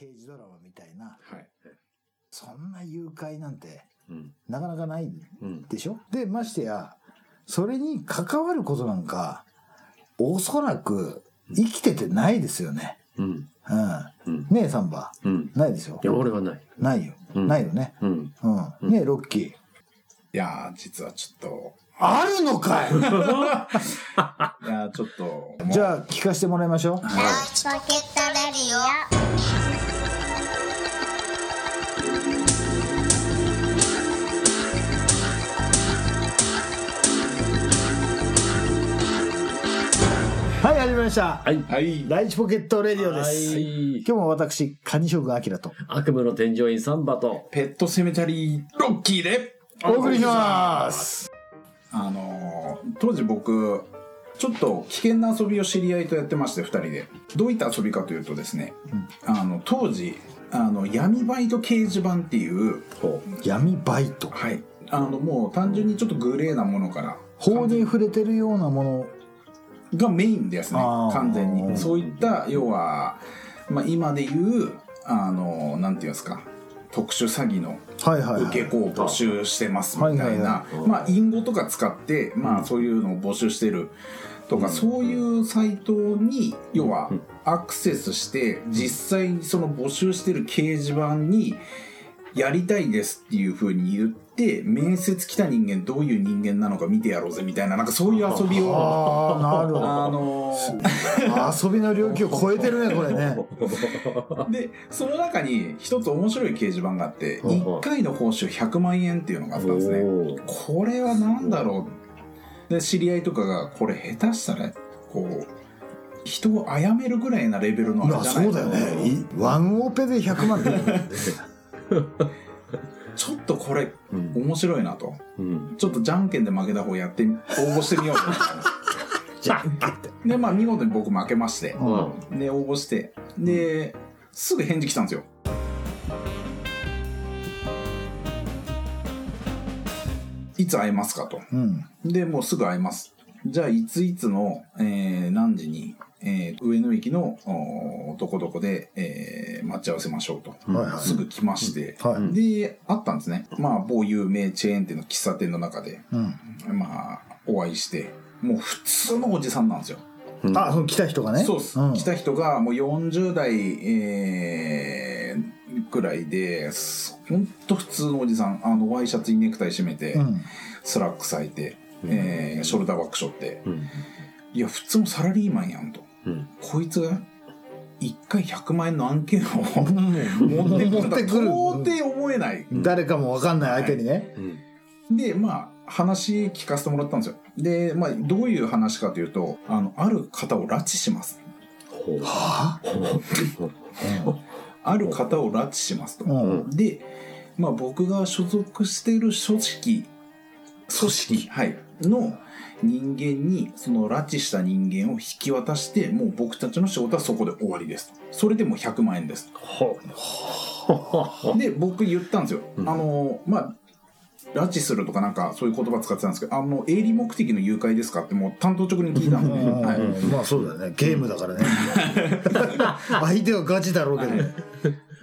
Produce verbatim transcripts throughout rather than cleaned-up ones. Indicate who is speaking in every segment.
Speaker 1: 刑事ドラマみたいな、
Speaker 2: はい、
Speaker 1: そんな誘拐なんて、
Speaker 2: うん、
Speaker 1: なかなかないでしょ、うん、でましてやそれに関わることなんかおそらく生きててないですよね。うん、うん、ねえサンバ、うん、ないですよ。
Speaker 2: いや俺はない
Speaker 1: ないよ、うん、ないよね、うんうん、ねえロッキー。い
Speaker 3: や実はちょっと
Speaker 1: あるのかい。い
Speaker 3: やちょっと
Speaker 1: じゃあ聞かせてもらいましょう。ラ
Speaker 4: ジポケットレディオ。
Speaker 1: はい始まりました。
Speaker 2: はい、
Speaker 3: はい、
Speaker 1: ライチポケットレディオです。はい、今日も私カニ将軍アキラと
Speaker 2: 悪夢の添乗員サンバと
Speaker 3: ペットセメタリーロッキーで
Speaker 1: お送りします。
Speaker 3: あの当時僕ちょっと危険な遊びを知り合いとやってましてふたりで。どういった遊びかというとですね、うん、あの当時あの闇バイト掲示板っていう
Speaker 1: 闇バイト、
Speaker 3: はい、あのもう単純にちょっとグレーなものから
Speaker 1: 法に触れてるようなもの
Speaker 3: がメインですね。完全にそういった要は、まあ、今でいうあのなんていうんですか特殊詐欺の受け子を募集してますみたいな、まあ隠語とか使って、まあ、そういうのを募集してるとか、うん、そういうサイトに要はアクセスして実際にその募集してる掲示板にやりたいですっていう風に言って面接来た人間どういう人間なのか見てやろうぜみたいななんかそういう遊びを
Speaker 1: ああなるほど
Speaker 3: あのー、
Speaker 1: 遊びの領域を超えてるねこれね。
Speaker 3: でその中に一つ面白い掲示板があっていっかいの報酬ひゃくまんえんっていうのがあったんですね。これはなんだろうで知り合いとかがこれ下手したらこう人を殺めるぐらいなレベルのあれじゃない。
Speaker 1: そうだよね。ワンオペでひゃくまんって
Speaker 3: ちょっとこれ、うん、面白いなと、うん、ちょっとじゃんけんで負けた方やって応募してみようと思ったじゃんけんってでまあ見事に僕負けまして、うん、で応募してですぐ返事来たんですよ。いつ会えますかと、うん、でもうすぐ会えます。じゃあいついつの、えー、何時に、えー、上野駅のどこどこで、えー、待ち合わせましょうと、はいはい、すぐ来まして、はい、で会ったんですね。まあ某有名チェーン店の喫茶店の中で、うん、まあお会いしてもう普通のおじさんなんですよ。
Speaker 1: うん、あその来た人がね。
Speaker 3: そうです、うん、来た人がもうよんじゅうだい、えー、くらいでほんと普通のおじさん。あのワイシャツにネクタイ締めて、うん、スラック履いて、えー、ショルダーバッグ背負って、うん、いや普通のサラリーマンやんと、うん、こいつがいっかいひゃくまんえんの案件を持ってくる到底思えない、
Speaker 1: うん、誰かも分かんない相手にね、はい
Speaker 3: うん、でまあ話聞かせてもらったんですよ。で、まあ、どういう話かというと あのある方を拉致します。はぁある方を拉致しますと、うん、で、まあ、僕が所属している組織組織、はい、の人間にその拉致した人間を引き渡してもう僕たちの仕事はそこで終わりです。それでもひゃくまんえんです。で僕言ったんですよ、うん、あのまあ拉致するとかなんかそういう言葉使ってたんですけどあの営利目的の誘拐ですかってもう担当直に聞いたんで、ねはい、
Speaker 1: まあそうだよねゲームだからね相手はガチだろうけど、はい、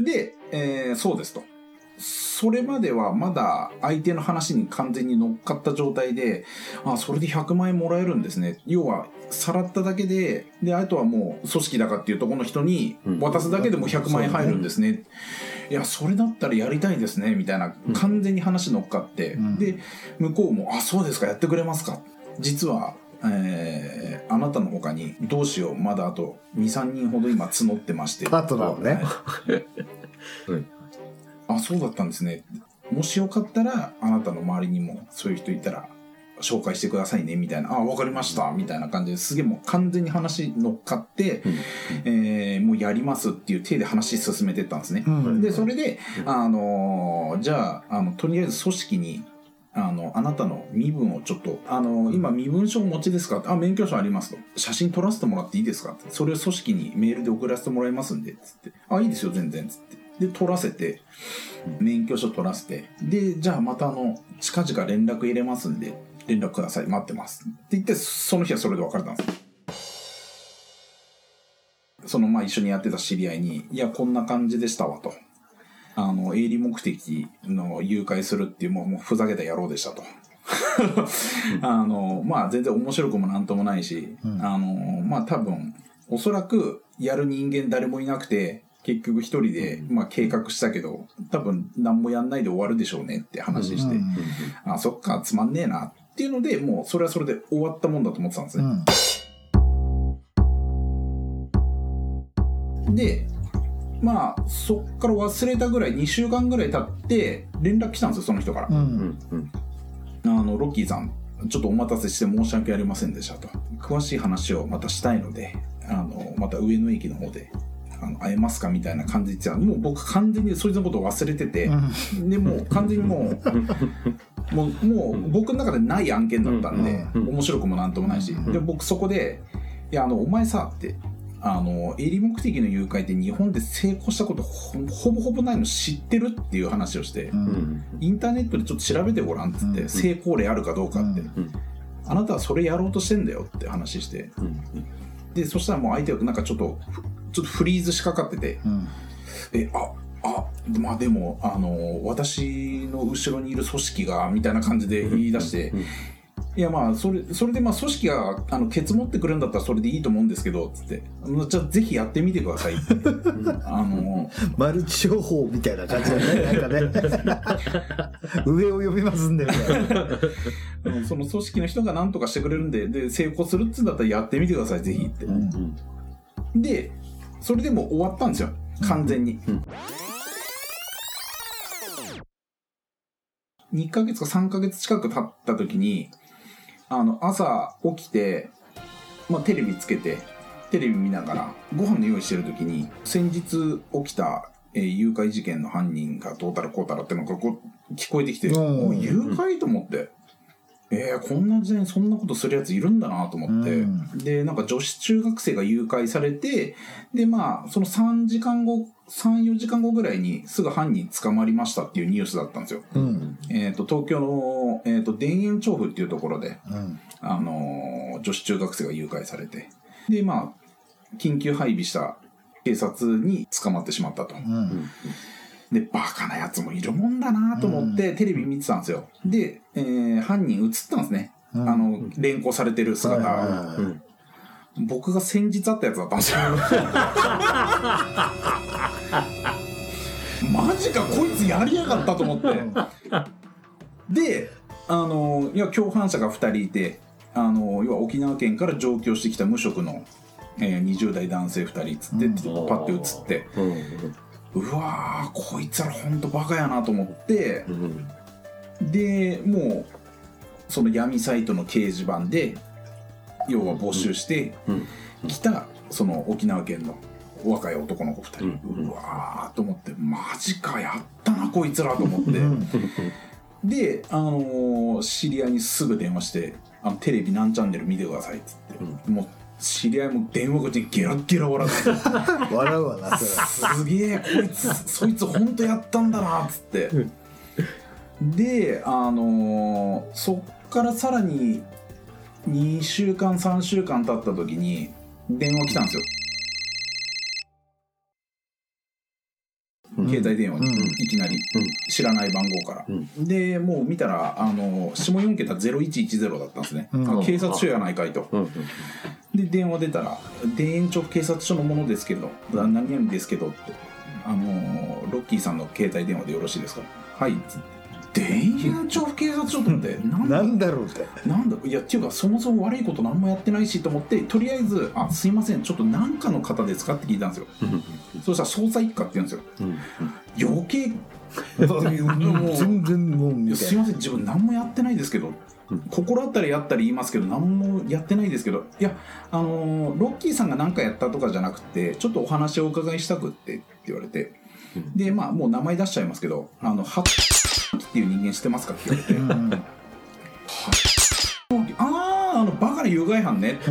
Speaker 3: で、えー、そうですと。それまではまだ相手の話に完全に乗っかった状態で、あ、それでひゃくまんえんもらえるんですね。要はさらっただけで、であとはもう組織だかっていうところの人に渡すだけでもひゃくまんえん入るんですね。うん、いやそれだったらやりたいですねみたいな完全に話乗っかって、うん、で向こうもあそうですかやってくれますか。実は。えー、あなたの他にどうしようまだあと にさんにんほど今募ってまして
Speaker 1: あとだね、はい
Speaker 3: うんあ、そうだったんですね。もしよかったらあなたの周りにもそういう人いたら紹介してくださいねみたいな。あ、わかりましたみたいな感じですげえもう完全に話乗っかって、うんえー、もうやりますっていう体で話進めてったんですね。うん、でそれで、あのー、じゃあ、あのとりあえず組織にあのあなたの身分をちょっとあの今身分証お持ちですか。あ、免許証ありますと。写真撮らせてもらっていいですか。それを組織にメールで送らせてもらいますんでつって。あ、いいですよ全然つって。で取らせて免許証取らせてでじゃあまたあの近々連絡入れますんで連絡ください待ってますって言ってその日はそれで別れたんです。 そのまあ一緒にやってた知り合いに、いやこんな感じでしたわと、あの営利目的の誘拐するっていうもう、もうふざけた野郎でしたとあのまあ全然面白くもなんともないし、うん、あのまあ多分おそらくやる人間誰もいなくて結局一人で、まあ、計画したけど多分何もやんないで終わるでしょうねって話して、うん、あそっかつまんねえなっていうのでもうそれはそれで終わったもんだと思ってたんですね、うん、でまあそっから忘れたぐらいにしゅうかんぐらい経って連絡来たんですよその人から、うんうん、あのロッキーさんちょっとお待たせして申し訳ありませんでしたと、詳しい話をまたしたいのであのまた上野駅の方であの会えますかみたいな感じで言ってた。もう僕完全にそいつのことを忘れてて、うん、でもう完全にもうもう、もう僕の中でない案件だったんで、うん、面白くもなんともないし、うん、で僕そこでいやあのお前さってあの営利目的の誘拐って日本で成功したことほ, ほぼほぼないの知ってるっていう話をして、うん、インターネットでちょっと調べてごらんっつって、うん、成功例あるかどうかって、うん、あなたはそれやろうとしてんだよって話して、うん、でそしたらもう相手がなんかちょっとちょっとフリーズしかかってて、うん、えああまあでもあの私の後ろにいる組織がみたいな感じで言い出して、うんいやまあそれそれでまあ組織があのケツ持ってくるんだったらそれでいいと思うんですけどつってじゃあぜひやってみてくださいってあの
Speaker 1: マルチ商法みたいな感じだねなんかね上を読みますんでみたいな
Speaker 3: その組織の人が何とかしてくれるんで、で成功するっつうんだったらやってみてくださいぜひって、うんうん、でそれでもう終わったんですよ完全に、うんうんにかげつかさんかげつ近く経った時にあの朝起きて、まあ、テレビつけてテレビ見ながらご飯の用意してる時に先日起きた、えー、誘拐事件の犯人がどうたらこうたらってのがこう聞こえてきて、おい誘拐と思って、えー、こんな時代にそんなことするやついるんだなと思って、うん、でなんか女子中学生が誘拐されてでまあそのさんじかんごさんよじかんごぐらいにすぐ犯人捕まりましたっていうニュースだったんですよ、うんえー、と東京の、えー、と田園調布っていうところで、うんあのー、女子中学生が誘拐されてでまあ緊急配備した警察に捕まってしまったと、うんでバカなやつもいるもんだなと思ってテレビ見てたんですよ。で、えー、犯人映ったんですね、うん、あの連行されてる姿、はいはいはいうん、僕が先日会ったやつだったんですよマジかこいつやりやがったと思ってであのいや共犯者がふたりいてあの要は沖縄県から上京してきた無職の、えー、にじゅう代男性ふたりつって、うん、パッて映って、うんうわーこいつらほんとバカやなと思って、うん、でもうその闇サイトの掲示板で要は募集して来たその沖縄県の若い男の子ふたり、うん、うわーと思ってマジかやったなこいつらと思ってで、あのー、知り合いにすぐ電話してあのテレビ何チャンネル見てくださいっつって、うん、もう知り合いも電話口にゲラッゲラ笑って
Speaker 1: 笑うわな
Speaker 3: すげえこいつそいつほんとやったんだなっつってであのー、そっからさらににしゅうかんさんしゅうかん経った時に電話来たんですよ、うん、携帯電話に、うん、いきなり、うん、知らない番号から、うん、でもう見たらあの下よんけたゼロいちいちゼロだったんですね、うん、警察署やないかいと、うん、で電話出たら田園調布警察署のものですけど何々ですけどってあのロッキーさんの携帯電話でよろしいですかはいっつって田園調布警察署と思って
Speaker 1: なんだなんだろうって
Speaker 3: なんだいやっていうかそもそも悪いこと何もやってないしと思ってとりあえずあすいませんちょっと何かの方ですかって聞いたんですよそしたら捜査一課って言うんですよ、うん、余計
Speaker 1: もう全然もうみたいな
Speaker 3: すいません自分何もやってないですけど心当たりやったり言いますけど何もやってないですけどいやあのー、ロッキーさんが何かやったとかじゃなくてちょっとお話をお伺いしたくってって言われてでまあもう名前出しちゃいますけどあのハッっていう人間知ってますかって言われて、うん、はあーあのバカな有害犯ねって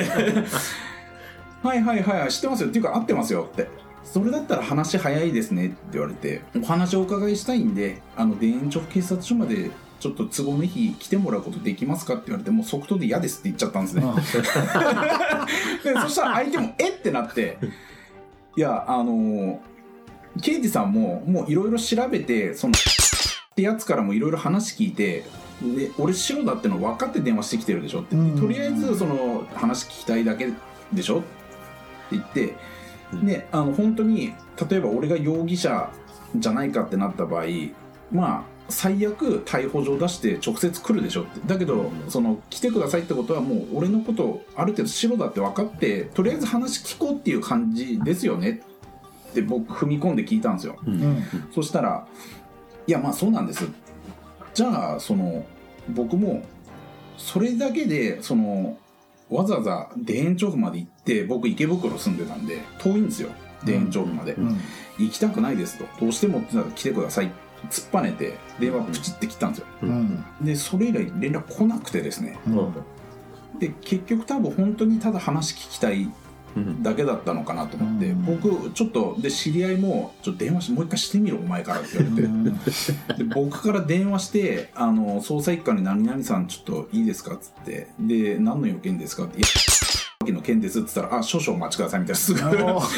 Speaker 3: はいはいはい知ってますよっていうか合ってますよってそれだったら話早いですねって言われてお話をお伺いしたいんであの田園調布警察署までちょっと都合の日来てもらうことできますかって言われて、もう即答で嫌ですって言っちゃったんですね。でそしたら相手もえってなって、いやあの刑事さんももういろいろ調べて、そのってやつからもいろいろ話聞いて、で俺白だっての分かって電話してきてるでしょって、とりあえずその話聞きたいだけでしょって言って、であの本当に例えば俺が容疑者じゃないかってなった場合、まあ最悪逮捕状出して直接来るでしょって。だけどその来てくださいってことはもう俺のことある程度白だって分かって、とりあえず話聞こうっていう感じですよねって僕踏み込んで聞いたんですよ、うん、そしたらいやまあそうなんです、じゃあその僕もそれだけでそのわざわざ田園調布まで行って、僕池袋住んでたんで遠いんですよ田園調布まで、うんうん、行きたくないですと、どうしてもってなら来てください、突っぱねて電話プチって切ったんですよ、うん、でそれ以来連絡来なくてですね、うん、で結局多分本当にただ話聞きたいだけだったのかなと思って、うん、僕ちょっとで知り合いもちょっと電話してもう一回してみろお前からって言われて、うん、で僕から電話してあの捜査一課に何々さんちょっといいですかっつって、で何の要件ですかって、いやの件ですって言ったら、あ少々お待ちくださいみたいなすぐ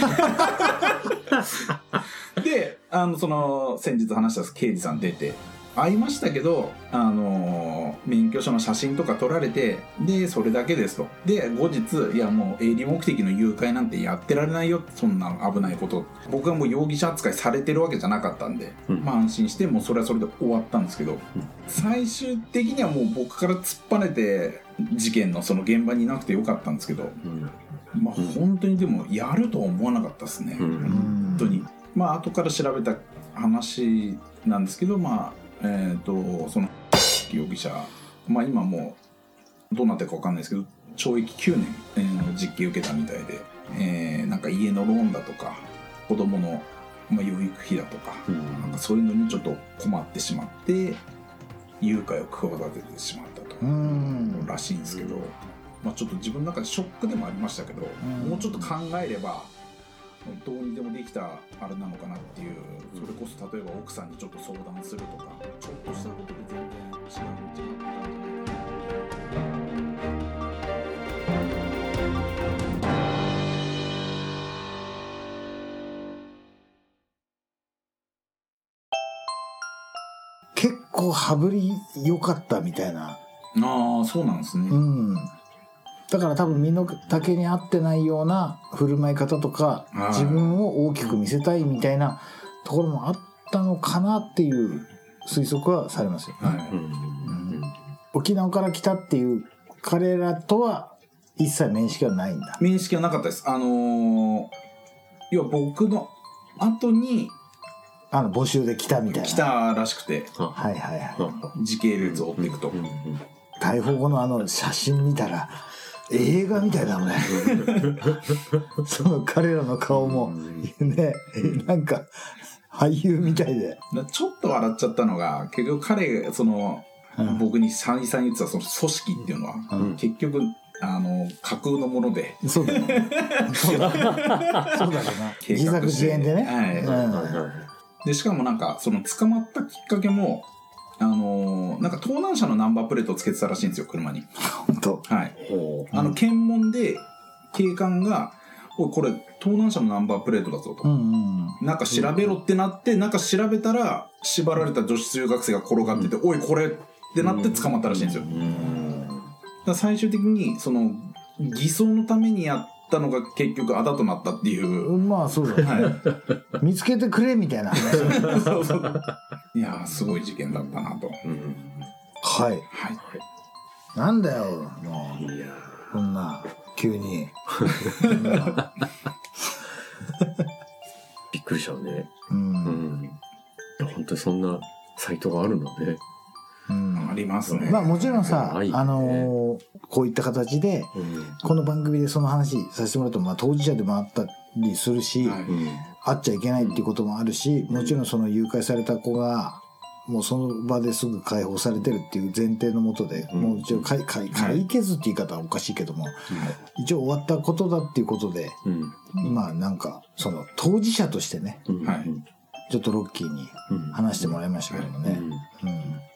Speaker 3: であのその先日話した刑事さん出て会いましたけど、あの免許証の写真とか撮られて、でそれだけですと、で後日いやもう営利目的の誘拐なんてやってられないよ、そんな危ないこと、僕はもう容疑者扱いされてるわけじゃなかったんで、うん、まあ安心してもうそれはそれで終わったんですけど、うん、最終的にはもう僕から突っぱねて事件のその現場にいなくてよかったんですけど、うん、まあ本当にでもやるとは思わなかったですね、うん、本当に。まあ後から調べた話なんですけど、まあえー、とその容疑者、まあ、今もうどうなってるか分かんないですけど懲役きゅうねん、えー、実刑受けたみたいで、えー、なんか家のローンだとか子供の、まあ、養育費だとか、うん、なんかそういうのにちょっと困ってしまって誘拐を企ててしまったとうんらしいんですけど、まあ、ちょっと自分の中でショックでもありましたけど、もうちょっと考えればどうにでもできたあれなのかなっていう、それこそ例えば奥さんにちょっと相談するとか、ちょっとしたことで全然違う道があったんじゃないかな。
Speaker 1: 結構羽振り良かったみたいな。
Speaker 3: ああそうなんですね。
Speaker 1: うん。だから多分身の丈に合ってないような振る舞い方とか自分を大きく見せたいみたいなところもあったのかなっていう推測はされますよね、はいうん、沖縄から来たっていう彼らとは一切面識はないんだ。
Speaker 3: 面識はなかったです。あのー、要は僕の後に
Speaker 1: あの募集で来たみたいな
Speaker 3: 来たらしくて、
Speaker 1: はいはいはい
Speaker 3: 時系列を追っていくと、うんうんうん、
Speaker 1: 逮捕後のあの写真見たら映画みたいだもんねその彼らの顔もね、なんか俳優みたいで、
Speaker 3: ちょっと笑っちゃったのが結局彼その、うん、僕に再三言ってたその組織っていうのは、うん、結局あの架空のもので、
Speaker 1: そうだねそうだねそうだな自作自演でね、はい
Speaker 3: うん、でしかもなんかその捕まったきっかけもあのー、なんか盗難車のナンバープレートをつけてたらしいんですよ車に。
Speaker 1: 本当。
Speaker 3: はい。あの検問で警官が「おいこれ盗難車のナンバープレートだぞ」と、うんうん、なんか調べろってなって、なんか調べたら縛られた女子中学生が転がってて「うん、おいこれ」ってなって捕まったらしいんですよ。うん、だから最終的にその偽装のためにやったのが結局あだとなったっていう。
Speaker 1: まあそうだね、はい、見つけてくれみたいな
Speaker 3: そうそういやーすごい事件だったなと、うん、
Speaker 1: はい、
Speaker 3: はい、
Speaker 1: なんだよもういやこんな急に
Speaker 2: びっくりしたね、うんうん、いや本当にそんなサイトがあるのね、
Speaker 3: うん、ありますね。
Speaker 1: まあもちろんさ、ね、あのー、こういった形で、うん、この番組でその話させてもらうと、まあ、当事者でもあったりするし、はい、会っちゃいけないっていうこともあるし、もちろんその誘拐された子がもうその場ですぐ解放されてるっていう前提のもとで、うん、もう一応解決って言い方はおかしいけども、うん、一応終わったことだっていうことで、うん、まあなんかその当事者としてね、うん、ちょっとロッキーに話してもらいましたけどもね、うんうんうん、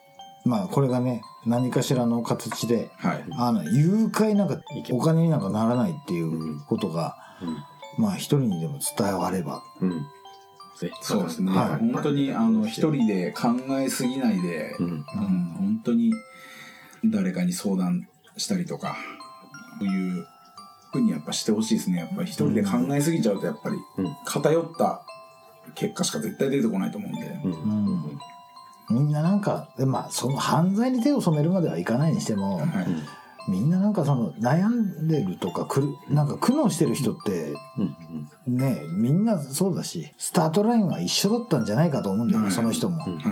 Speaker 1: まあこれがね何かしらの形で、
Speaker 3: はい、
Speaker 1: あの誘拐なんかお金になんかならないっていうことが、うん、まあ一人にでも伝われば、うん、
Speaker 3: そうですね、はい、本当にあの一人で考えすぎないで、うんうん、本当に誰かに相談したりとかそういうふうにやっぱしてほしいですね。やっぱり一人で考えすぎちゃうとやっぱり偏った結果しか絶対出てこないと思うんで、うんうん
Speaker 1: みんななんかまあその犯罪に手を染めるまではいかないにしても、はい、みんななんかその悩んでるとかくるなんか苦悩してる人ってねみんなそうだしスタートラインは一緒だったんじゃないかと思うんだよね、はい、その人も、はいうん、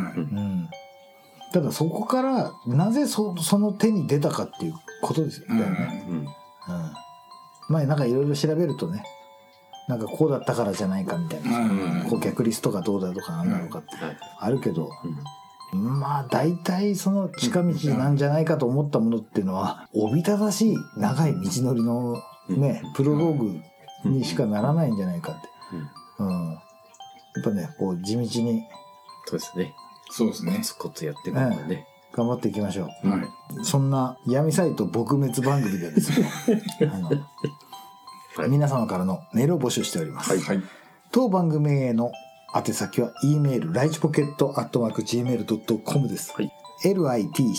Speaker 1: ただそこからなぜ そ, その手に出たかっていうことですよね、うんうん、まあなんかいろいろ調べるとねなんかこうだったからじゃないかみたいな顧客リストがどうだとかなんだろうかってあるけど、まあ大体その近道なんじゃないかと思ったものっていうのはおびただしい長い道のりのねプロローグにしかならないんじゃないかって、うん、やっぱねこう地道に
Speaker 2: そうですね
Speaker 3: そうですね
Speaker 2: コツコツやっていくのでね、ね
Speaker 1: 頑張っていきましょう、
Speaker 3: はい、
Speaker 1: そんな闇サイト撲滅番組でですねあの、はい、皆様からのメールを募集しております、はい、当番組への宛先は E メールライチポケットアットマーク ジーメールドットコム です、はい、ライチポケット ア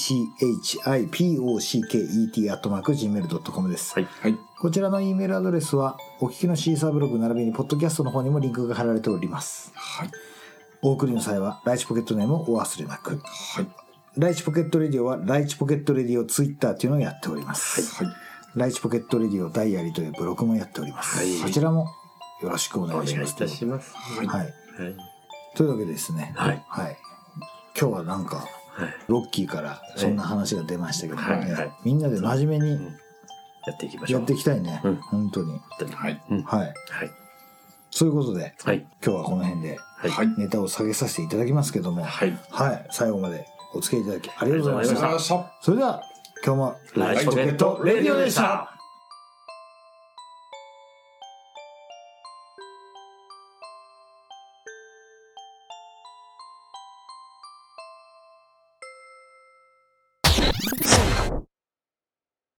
Speaker 1: ットマーク ジーメールドットコム です、はいはい、こちらの E メールアドレスはお聞きのシーサーブログ並びにポッドキャストの方にもリンクが貼られております、はい、お送りの際はライチポケットネームをお忘れなく、はい、ライチポケットレディオはライチポケットレディオツイッターというのをやっております、はい、ライチポケットレディオダイアリーというブログもやっております、はい、こちらもよろしくお願いします。
Speaker 2: お願いいたします。
Speaker 1: はい。はい、というわけでですね。はい。はい。今日はなんか、はい、ロッキーからそんな話が出ましたけどね、はいはい、みんなで真面目に、うん、
Speaker 2: やっていきましょう。
Speaker 1: やっていきたいね。うん、本当に。
Speaker 3: はい。
Speaker 1: はい。はい。そういうことで、はい、今日はこの辺で、はい、ネタを下げさせていただきますけども、はい。はい。最後までお付き合いいただきありがとうございました。それでは、今日も
Speaker 2: ライチポケットレディオでした。